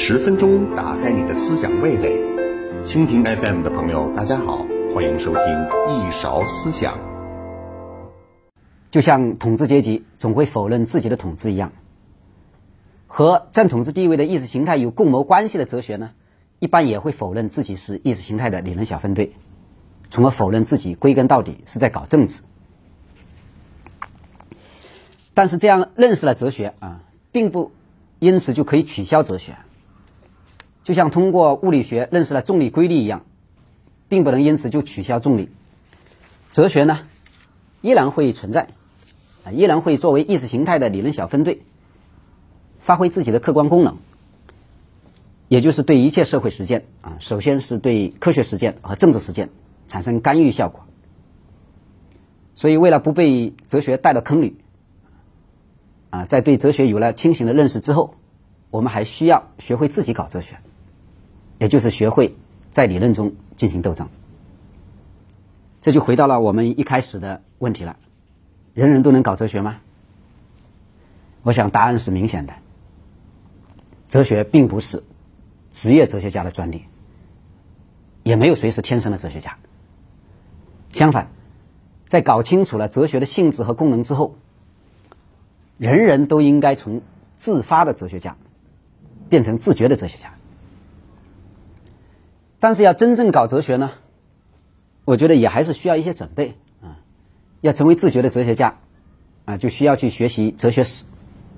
10分钟打开你的思想味蕾。蜻蜓 FM 的朋友，大家好，欢迎收听一勺思想。 就像统治阶级总会否认自己的统治一样，和占统治地位的意识形态有共谋关系的哲学呢，一般也会否认自己是意识形态的理论小分队，从而否认自己归根到底是在搞政治。但是这样认识了哲学并不因此就可以取消哲学，就像通过物理学认识了重力规律一样，并不能因此就取消重力。哲学呢依然会存在，依然会作为意识形态的理论小分队发挥自己的客观功能，也就是对一切社会实践首先是对科学实践和政治实践产生干预效果。所以为了不被哲学带到坑里在对哲学有了清醒的认识之后，我们还需要学会自己搞哲学，也就是学会在理论中进行斗争。这就回到了我们一开始的问题了，人人都能搞哲学吗？我想答案是明显的，哲学并不是职业哲学家的专利，也没有谁是天生的哲学家。相反，在搞清楚了哲学的性质和功能之后，人人都应该从自发的哲学家变成自觉的哲学家。但是要真正搞哲学呢，我觉得也还是需要一些准备要成为自觉的哲学家就需要去学习哲学史。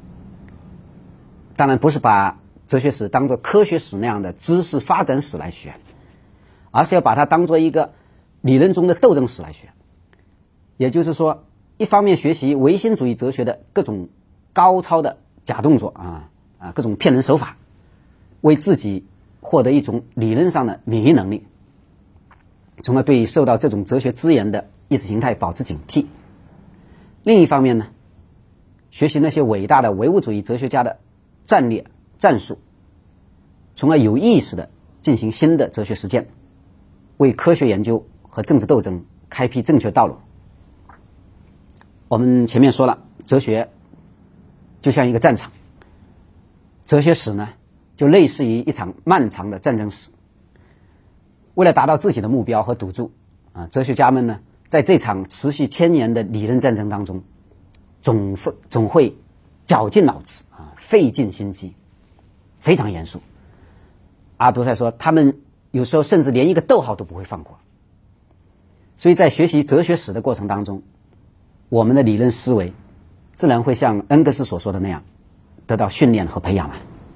当然不是把哲学史当作科学史那样的知识发展史来学，而是要把它当作一个理论中的斗争史来学。也就是说，一方面学习唯心主义哲学的各种高超的假动作各种骗人手法，为自己获得一种理论上的免疫能力，从而对受到这种哲学资源的意识形态保持警惕。另一方面呢，学习那些伟大的唯物主义哲学家的战略战术，从而有意识地进行新的哲学实践，为科学研究和政治斗争开辟正确道路。我们前面说了，哲学就像一个战场，哲学史呢就类似于一场漫长的战争史。为了达到自己的目标和赌注哲学家们呢在这场持续1000年的理论战争当中总会绞尽脑汁费尽心机，非常严肃。阿都塞说他们有时候甚至连一个逗号都不会放过。所以在学习哲学史的过程当中，我们的理论思维自然会像恩格斯所说的那样得到训练和培养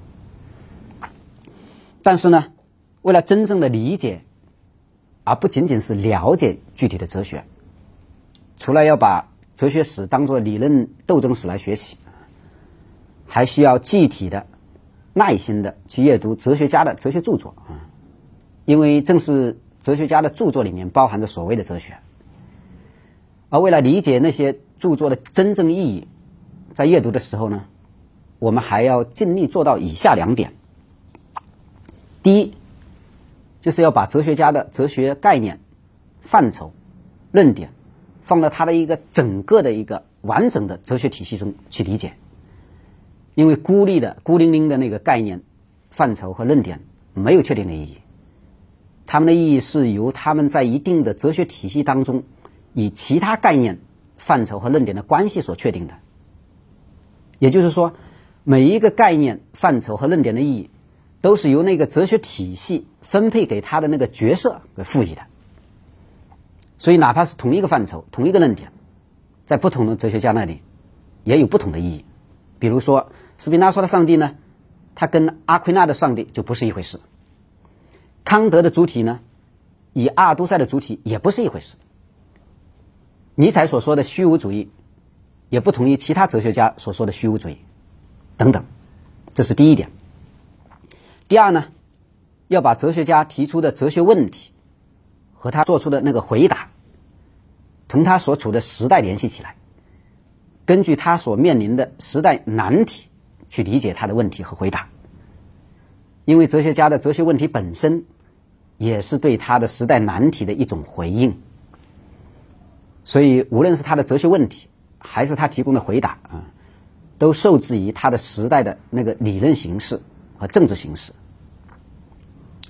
但是呢，为了真正的理解而不仅仅是了解具体的哲学，除了要把哲学史当作理论斗争史来学习，还需要具体的耐心的去阅读哲学家的哲学著作因为正是哲学家的著作里面包含着所谓的哲学。而为了理解那些著作的真正意义，在阅读的时候呢，我们还要尽力做到以下2点。第一，就是要把哲学家的哲学概念、范畴、论点放到他的一个整个的一个完整的哲学体系中去理解。因为孤零零的那个概念、范畴和论点没有确定的意义，它们的意义是由他们在一定的哲学体系当中以其他概念、范畴和论点的关系所确定的。也就是说，每一个概念、范畴和论点的意义都是由那个哲学体系分配给他的那个角色给赋予的。所以哪怕是同一个范畴、同一个论点，在不同的哲学家那里也有不同的意义。比如说斯宾拉说的上帝呢，他跟阿奎那的上帝就不是一回事。康德的主体呢，与阿尔都塞的主体也不是一回事。尼采所说的虚无主义也不同于其他哲学家所说的虚无主义等等。这是第一点。第二呢，要把哲学家提出的哲学问题和他做出的那个回答同他所处的时代联系起来，根据他所面临的时代难题去理解他的问题和回答。因为哲学家的哲学问题本身也是对他的时代难题的一种回应。所以无论是他的哲学问题还是他提供的回答都受制于他的时代的那个理论形式和政治形式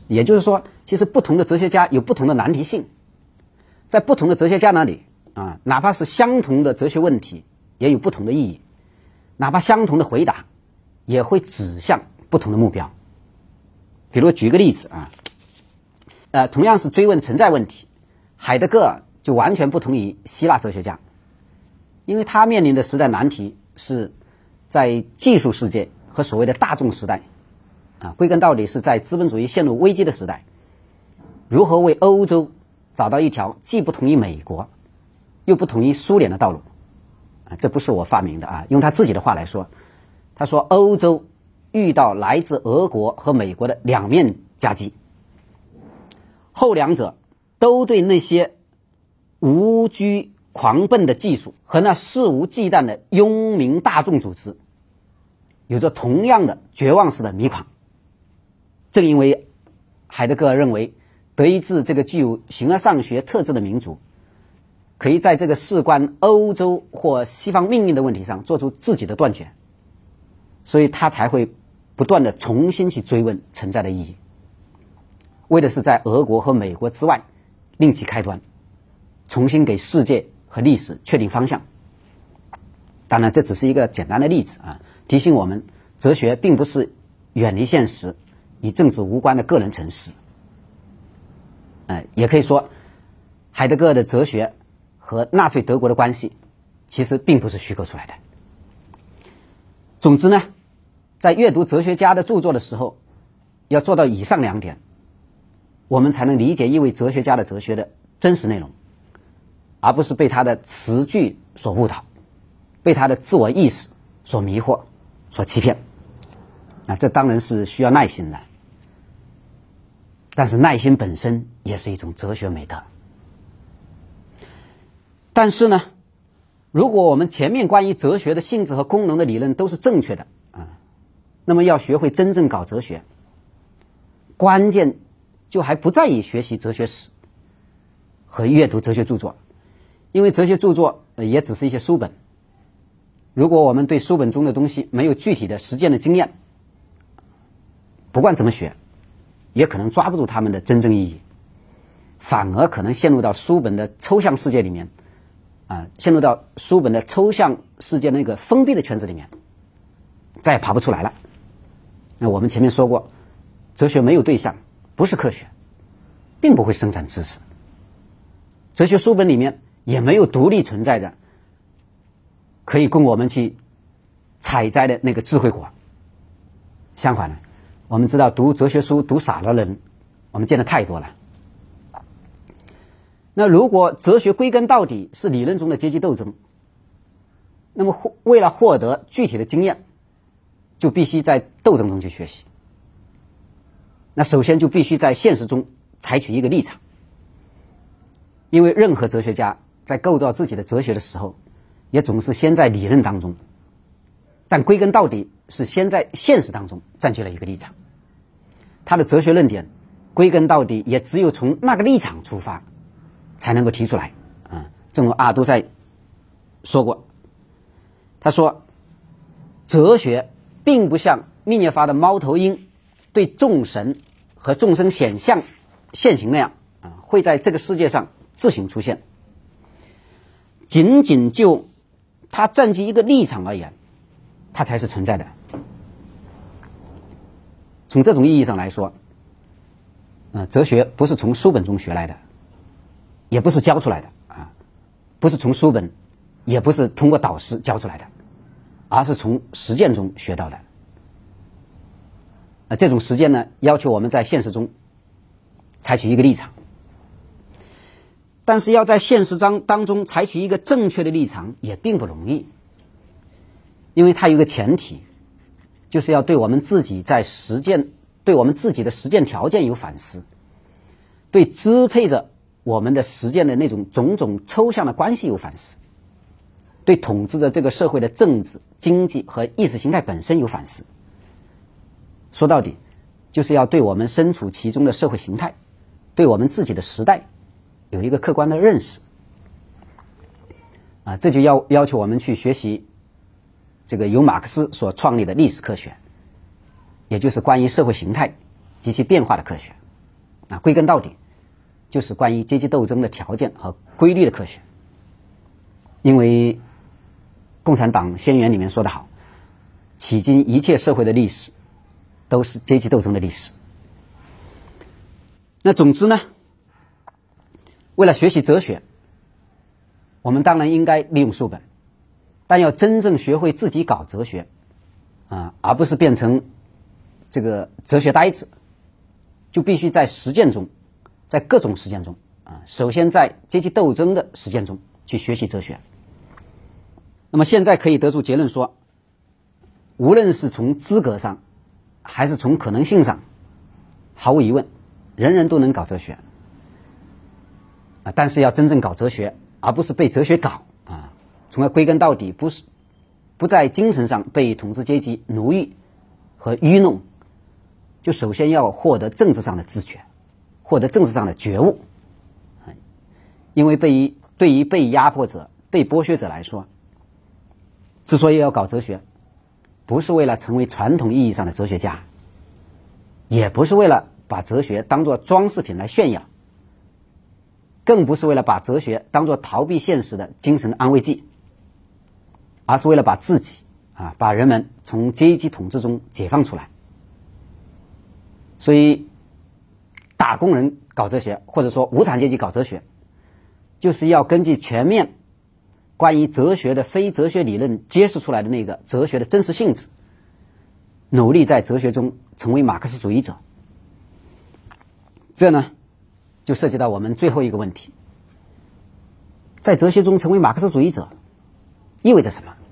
也就是说，其实不同的哲学家有不同的难题性，在不同的哲学家那里哪怕是相同的哲学问题，也有不同的意义，哪怕相同的回答，也会指向不同的目标。比如举个例子同样是追问存在问题，海德格尔就完全不同于希腊哲学家，因为他面临的时代难题是在技术世界和所谓的大众时代归根到底是在资本主义陷入危机的时代，如何为欧洲找到一条既不同于美国又不同于苏联的道路这不是我发明的用他自己的话来说，他说欧洲遇到来自俄国和美国的两面夹击，后两者都对那些无拘狂奔的技术和那肆无忌惮的庸民大众组织有着同样的绝望式的迷狂。正因为海德格尔认为德意志这个具有形而上学特质的民族可以在这个事关欧洲或西方命运的问题上做出自己的断绝，所以他才会不断的重新去追问存在的意义，为的是在俄国和美国之外另起开端，重新给世界和历史确定方向。当然这只是一个简单的例子提醒我们哲学并不是远离现实与政治无关的个人沉思也可以说海德格尔的哲学和纳粹德国的关系其实并不是虚构出来的。总之呢，在阅读哲学家的著作的时候要做到以上两点，我们才能理解一位哲学家的哲学的真实内容，而不是被他的词句所误导，被他的自我意识所迷惑所欺骗这当然是需要耐心的，但是耐心本身也是一种哲学美德。但是呢，如果我们前面关于哲学的性质和功能的理论都是正确的那么要学会真正搞哲学，关键就还不在于学习哲学史和阅读哲学著作，因为哲学著作也只是一些书本，如果我们对书本中的东西没有具体的实践的经验，不管怎么学也可能抓不住他们的真正意义，反而可能陷入到书本的抽象世界里面陷入到书本的抽象世界那个封闭的圈子里面，再也爬不出来了。那我们前面说过，哲学没有对象，不是科学，并不会生产知识。哲学书本里面也没有独立存在着可以供我们去采摘的那个智慧果。相反呢，我们知道读哲学书读傻了的人我们见得太多了。那如果哲学归根到底是理论中的阶级斗争，那么为了获得具体的经验，就必须在斗争中去学习。那首先就必须在现实中采取一个立场，因为任何哲学家在构造自己的哲学的时候也总是先在理论当中，但归根到底是先在现实当中占据了一个立场。他的哲学论点归根到底也只有从那个立场出发才能够提出来正如阿尔都塞说过，他说哲学并不像密涅法的猫头鹰对众神和众生现象现行那样会在这个世界上自行出现，仅仅就它占据一个立场而言，它才是存在的。从这种意义上来说哲学不是从书本中学来的，也不是教出来的不是从书本，也不是通过导师教出来的，而是从实践中学到的。这种实践呢，要求我们在现实中采取一个立场，但是要在现实当中采取一个正确的立场也并不容易，因为它有一个前提，就是要对我们自己在实践，对我们自己的实践条件有反思，对支配着我们的实践的那种种种抽象的关系有反思，对统治着这个社会的政治、经济和意识形态本身有反思。说到底，就是要对我们身处其中的社会形态，对我们自己的时代有一个客观的认识这就要求我们去学习这个由马克思所创立的历史科学，也就是关于社会形态及其变化的科学。 归根到底就是关于阶级斗争的条件和规律的科学。因为共产党宣言里面说得好，迄今一切社会的历史都是阶级斗争的历史。那总之呢，为了学习哲学，我们当然应该利用书本，但要真正学会自己搞哲学而不是变成这个哲学呆子，就必须在实践中，在各种实践中首先在阶级斗争的实践中去学习哲学。那么现在可以得出结论说，无论是从资格上还是从可能性上，毫无疑问人人都能搞哲学但是要真正搞哲学，而不是被哲学搞从而归根到底不在精神上被统治阶级奴役和愚弄，就首先要获得政治上的自觉，获得政治上的觉悟。因为对于被压迫者、被剥削者来说，之所以要搞哲学，不是为了成为传统意义上的哲学家，也不是为了把哲学当作装饰品来炫耀，更不是为了把哲学当作逃避现实的精神安慰剂，而是为了把自己把人们从阶级统治中解放出来。所以打工人搞哲学，或者说无产阶级搞哲学，就是要根据全面关于哲学的非哲学理论揭示出来的那个哲学的真实性质，努力在哲学中成为马克思主义者。这呢就涉及到我们最后一个问题，在哲学中成为马克思主义者意味着什么？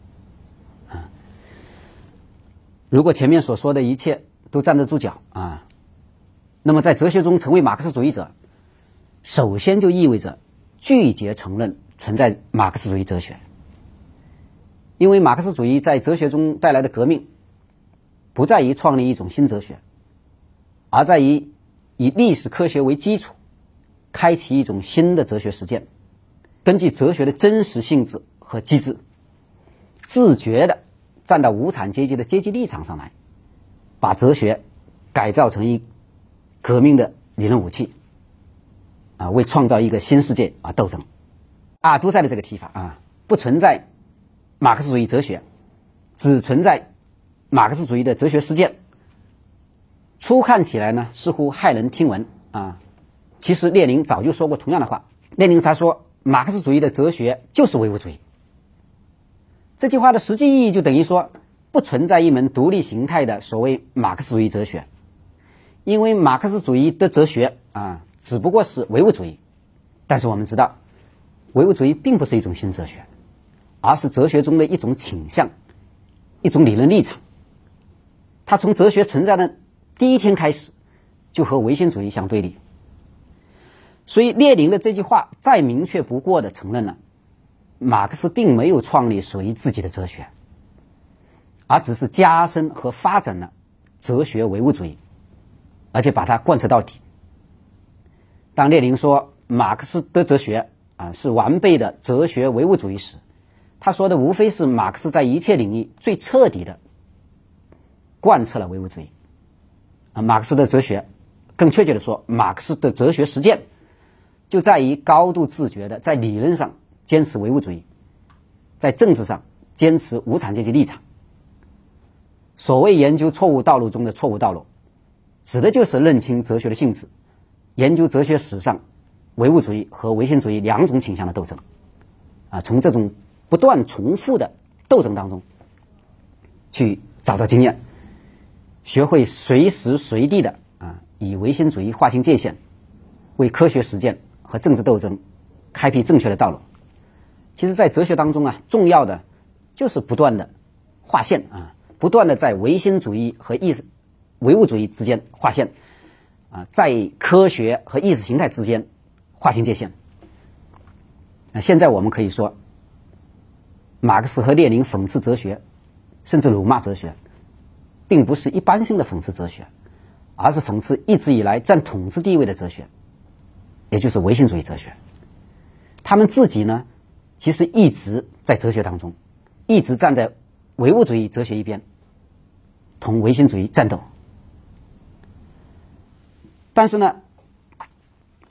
如果前面所说的一切都站得住脚那么在哲学中成为马克思主义者，首先就意味着拒绝承认存在马克思主义哲学。因为马克思主义在哲学中带来的革命，不在于创立一种新哲学，而在于以历史科学为基础，开启一种新的哲学实践，根据哲学的真实性质和机制，自觉地站到无产阶级的阶级立场上来，把哲学改造成一革命的理论武器为创造一个新世界斗争。阿尔都塞的这个提法不存在马克思主义哲学，只存在马克思主义的哲学实践。初看起来呢似乎骇人听闻其实列宁早就说过同样的话。列宁他说马克思主义的哲学就是唯物主义。这句话的实际意义就等于说，不存在一门独立形态的所谓马克思主义哲学，因为马克思主义的哲学只不过是唯物主义。但是我们知道，唯物主义并不是一种新哲学，而是哲学中的一种倾向，一种理论立场。它从哲学存在的第一天开始就和唯心主义相对立。所以列宁的这句话再明确不过的承认了马克思并没有创立属于自己的哲学，而只是加深和发展了哲学唯物主义，而且把它贯彻到底。当列宁说马克思的哲学是完备的哲学唯物主义时，他说的无非是马克思在一切领域最彻底的贯彻了唯物主义。马克思的哲学，更确切的说，马克思的哲学实践就在于高度自觉的在理论上坚持唯物主义，在政治上坚持无产阶级立场。所谓研究错误道路中的错误道路，指的就是认清哲学的性质，研究哲学史上唯物主义和唯心主义两种倾向的斗争从这种不断重复的斗争当中去找到经验，学会随时随地的以唯心主义划清界限，为科学实践和政治斗争开辟正确的道路。其实在哲学当中重要的就是不断的划线不断的在唯心主义和唯物主义之间划线在科学和意识形态之间划清界限。现在我们可以说，马克思和列宁讽刺哲学，甚至辱骂哲学，并不是一般性的讽刺哲学，而是讽刺一直以来占统治地位的哲学，也就是唯心主义哲学。他们自己呢，其实一直在哲学当中，一直站在唯物主义哲学一边，同唯心主义战斗。但是呢，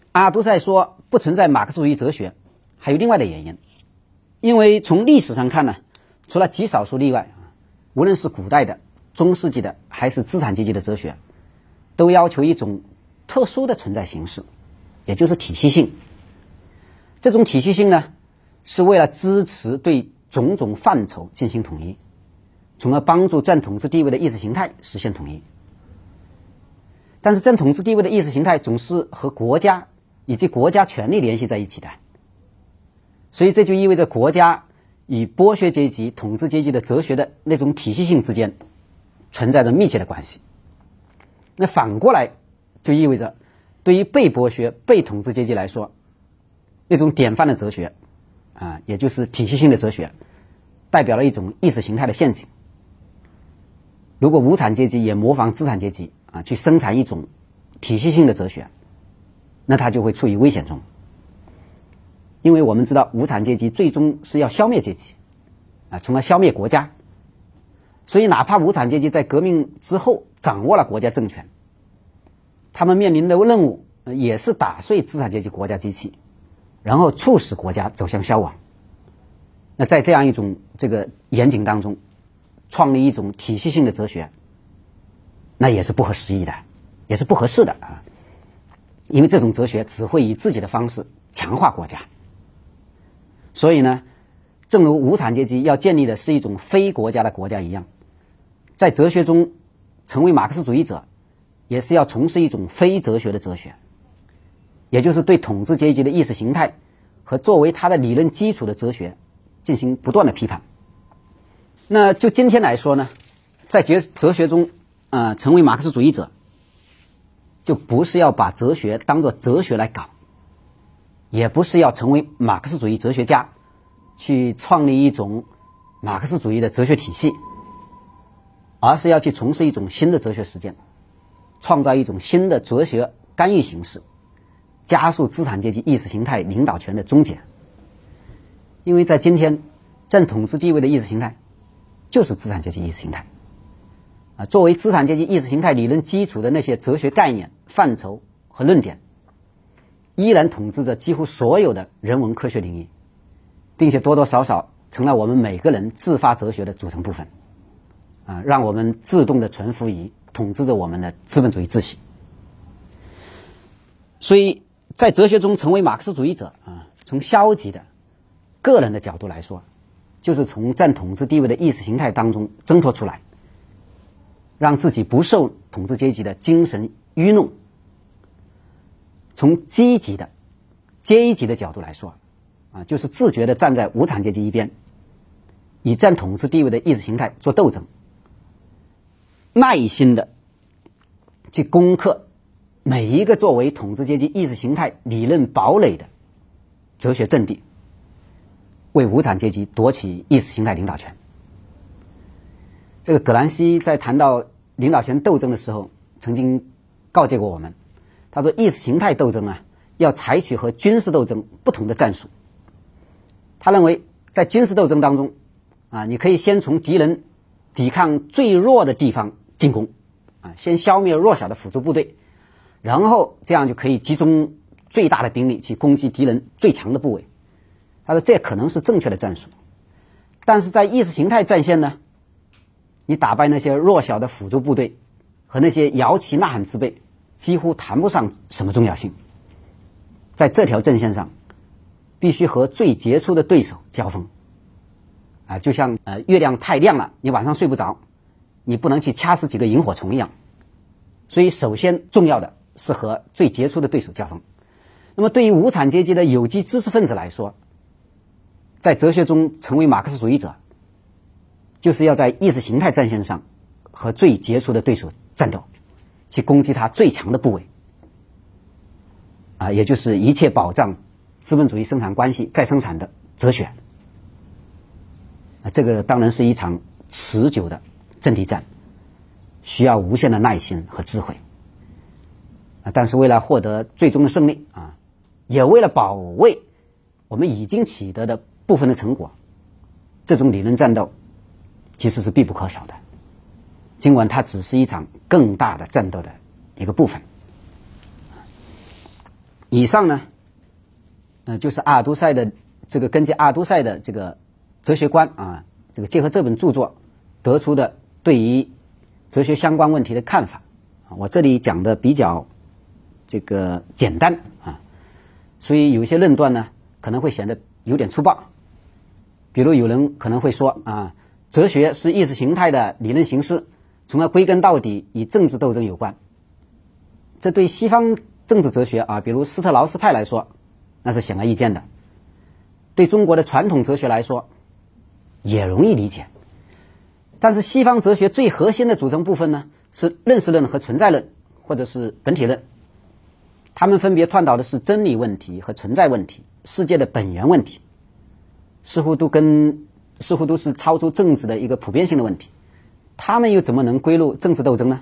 阿杜塞说不存在马克思主义哲学，还有另外的原因。因为从历史上看呢，除了极少数例外，无论是古代的、中世纪的还是资产阶级的哲学，都要求一种特殊的存在形式，也就是体系性。这种体系性呢，是为了支持对种种范畴进行统一，从而帮助占统治地位的意识形态实现统一。但是占统治地位的意识形态总是和国家以及国家权力联系在一起的，所以这就意味着国家与剥削阶级、统治阶级的哲学的那种体系性之间存在着密切的关系。那反过来就意味着，对于被剥削、被统治阶级来说，那种典范的哲学也就是体系性的哲学，代表了一种意识形态的陷阱。如果无产阶级也模仿资产阶级去生产一种体系性的哲学，那它就会处于危险中。因为我们知道无产阶级最终是要消灭阶级从而消灭国家，所以哪怕无产阶级在革命之后掌握了国家政权，他们面临的任务也是打碎资产阶级国家机器，然后促使国家走向消亡。那在这样一种这个严谨当中，创立一种体系性的哲学，那也是不合时宜的，也是不合适的因为这种哲学只会以自己的方式强化国家。所以呢，正如无产阶级要建立的是一种非国家的国家一样，在哲学中成为马克思主义者，也是要从事一种非哲学的哲学，也就是对统治阶级的意识形态和作为他的理论基础的哲学进行不断的批判。那就今天来说呢，在哲学中成为马克思主义者，就不是要把哲学当作哲学来搞，也不是要成为马克思主义哲学家，去创立一种马克思主义的哲学体系，而是要去从事一种新的哲学实践，创造一种新的哲学干预形式，加速资产阶级意识形态领导权的终结。因为在今天占统治地位的意识形态就是资产阶级意识形态作为资产阶级意识形态理论基础的那些哲学概念、范畴和论点，依然统治着几乎所有的人文科学领域，并且多多少少成了我们每个人自发哲学的组成部分让我们自动的臣服于统治着我们的资本主义秩序。所以在哲学中成为马克思主义者从消极的个人的角度来说，就是从占统治地位的意识形态当中挣脱出来，让自己不受统治阶级的精神愚弄。从积极的阶级的角度来说就是自觉的站在无产阶级一边，以占统治地位的意识形态做斗争，耐心的去攻克每一个作为统治阶级意识形态理论堡垒的哲学阵地，为无产阶级夺取意识形态领导权。这个葛兰西在谈到领导权斗争的时候曾经告诫过我们，他说意识形态斗争要采取和军事斗争不同的战术。他认为在军事斗争当中你可以先从敌人抵抗最弱的地方进攻先消灭弱小的辅助部队，然后这样就可以集中最大的兵力去攻击敌人最强的部位。他说这可能是正确的战术，但是在意识形态战线呢，你打败那些弱小的辅助部队和那些摇旗呐喊之辈几乎谈不上什么重要性。在这条阵线上必须和最杰出的对手交锋就像月亮太亮了，你晚上睡不着，你不能去掐死几个萤火虫一样。所以首先重要的是和最杰出的对手交锋。那么对于无产阶级的有机知识分子来说，在哲学中成为马克思主义者，就是要在意识形态战线上和最杰出的对手战斗，去攻击他最强的部位也就是一切保障资本主义生产关系再生产的哲学这个当然是一场持久的阵地战，需要无限的耐心和智慧但是为了获得最终的胜利也为了保卫我们已经取得的部分的成果，这种理论战斗其实是必不可少的，尽管它只是一场更大的战斗的一个部分。 以上呢，就是阿尔都塞的这个根据阿尔都塞的这个哲学观啊，这个结合这本著作得出的对于哲学相关问题的看法啊。我这里讲的比较这个简单啊，所以有些论断呢可能会显得有点粗暴。比如有人可能会说啊，哲学是意识形态的理论形式，从而归根到底与政治斗争有关。这对西方政治哲学啊，比如斯特劳斯派来说，那是显而易见的。对中国的传统哲学来说，也容易理解。但是西方哲学最核心的组成部分呢，是认识论和存在论，或者是本体论。他们分别探讨的是真理问题和存在问题，世界的本源问题，似乎都是超出政治的一个普遍性的问题。他们又怎么能归入政治斗争呢？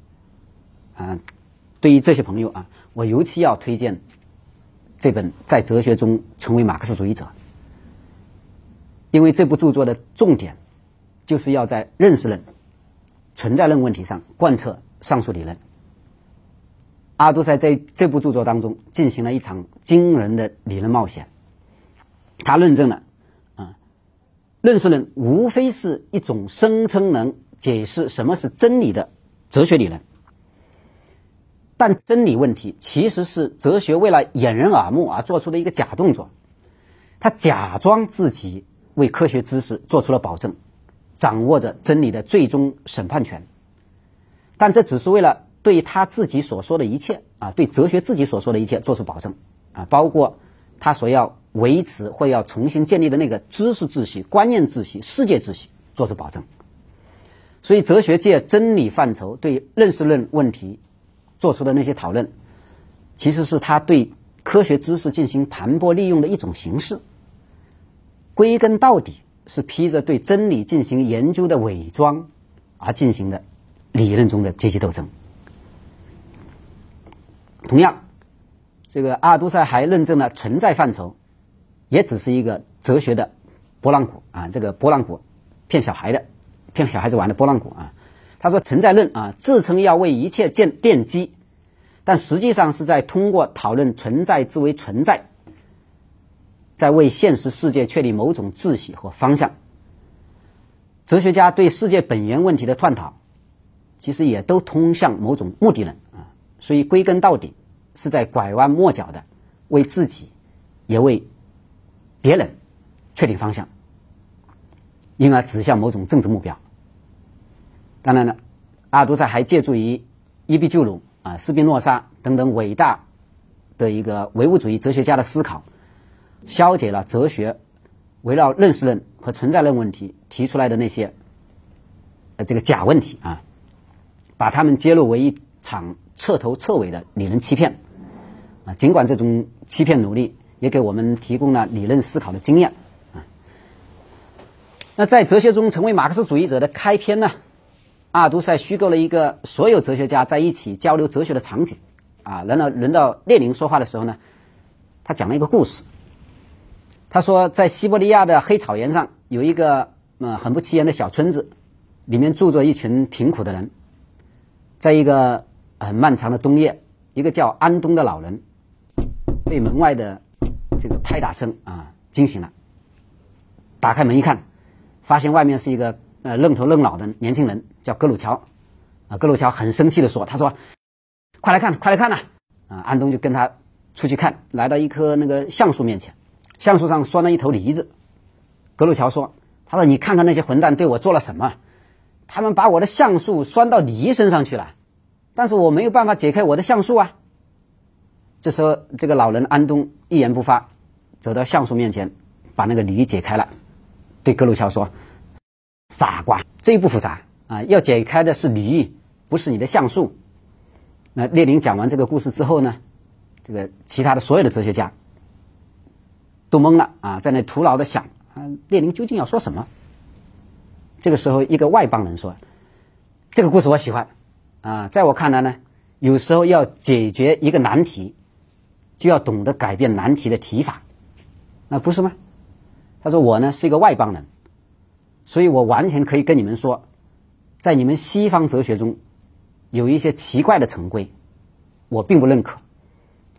对于这些朋友啊，我尤其要推荐这本《在哲学中成为马克思主义者》，因为这部著作的重点就是要在认识论、存在论问题上贯彻上述理论。阿尔都塞在这部著作当中进行了一场惊人的理论冒险。他论证了认识论无非是一种声称能解释什么是真理的哲学理论，但真理问题其实是哲学为了掩人耳目而做出的一个假动作。他假装自己为科学知识做出了保证，掌握着真理的最终审判权，但这只是为了对他自己所说的一切对哲学自己所说的一切做出保证包括他所要维持或要重新建立的那个知识秩序、观念秩序、世界秩序做出保证。所以哲学界真理范畴对认识论问题做出的那些讨论，其实是他对科学知识进行盘剥利用的一种形式，归根到底是披着对真理进行研究的伪装而进行的理论中的阶级斗争。同样，这个阿尔都塞还论证了存在范畴也只是一个哲学的拨浪鼓这个拨浪鼓骗小孩子玩的拨浪鼓他说存在论自称要为一切奠基，但实际上是在通过讨论存在之为存在，在为现实世界确立某种秩序和方向。哲学家对世界本源问题的探讨其实也都通向某种目的论所以归根到底是在拐弯抹角的为自己也为别人确定方向，因而指向某种政治目标。当然了，阿尔都塞还借助于伊壁鸠鲁斯宾诺莎等等伟大的一个唯物主义哲学家的思考，消解了哲学围绕认识论和存在论问题提出来的那些这个假问题把它们揭露为一场彻头彻尾的理论欺骗尽管这种欺骗努力也给我们提供了理论思考的经验那在哲学中成为马克思主义者的开篇呢，阿尔都塞虚构了一个所有哲学家在一起交流哲学的场景轮到列宁说话的时候呢，他讲了一个故事。他说在西伯利亚的黑草原上有一个很不起眼的小村子，里面住着一群贫苦的人。在一个很漫长的冬夜，一个叫安东的老人被门外的这个拍打声惊醒了。打开门一看，发现外面是一个愣头愣脑的年轻人，叫格鲁乔格鲁乔很生气地说，他说快来看安东就跟他出去看，来到一棵那个橡树面前，橡树上拴了一头梨子。格鲁乔说，他说你看看那些混蛋对我做了什么，他们把我的橡树拴到梨身上去了，但是我没有办法解开我的橡树这时候这个老人安东一言不发，走到橡树面前把那个梨解开了，对格鲁乔说，傻瓜，这一不复杂要解开的是梨，不是你的橡树。那列宁讲完这个故事之后呢，这个其他的所有的哲学家都懵了在那徒劳的想列宁究竟要说什么。这个时候一个外邦人说，这个故事我喜欢在我看来呢，有时候要解决一个难题就要懂得改变难题的提法不是吗？他说我呢是一个外邦人，所以我完全可以跟你们说，在你们西方哲学中有一些奇怪的成规我并不认可，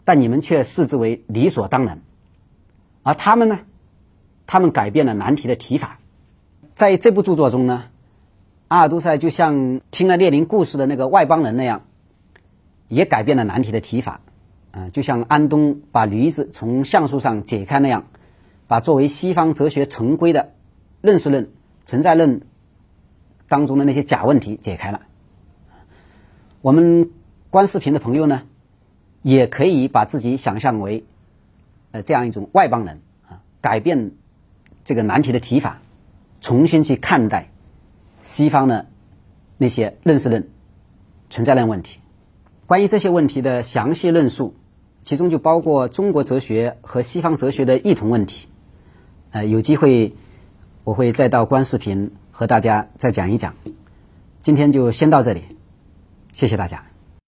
但你们却视之为理所当然。而他们呢，他们改变了难题的提法。在这部著作中呢，阿尔都塞就像听了列宁故事的那个外邦人那样，也改变了难题的提法。就像安东把驴子从橡树上解开那样，把作为西方哲学成规的认识论、存在论当中的那些假问题解开了。我们观视频的朋友呢，也可以把自己想象为这样一种外邦人改变这个难题的提法，重新去看待西方的那些认识论、存在论问题。关于这些问题的详细论述，其中就包括中国哲学和西方哲学的异同问题。有机会我会再到观视频和大家再讲一讲。今天就先到这里，谢谢大家。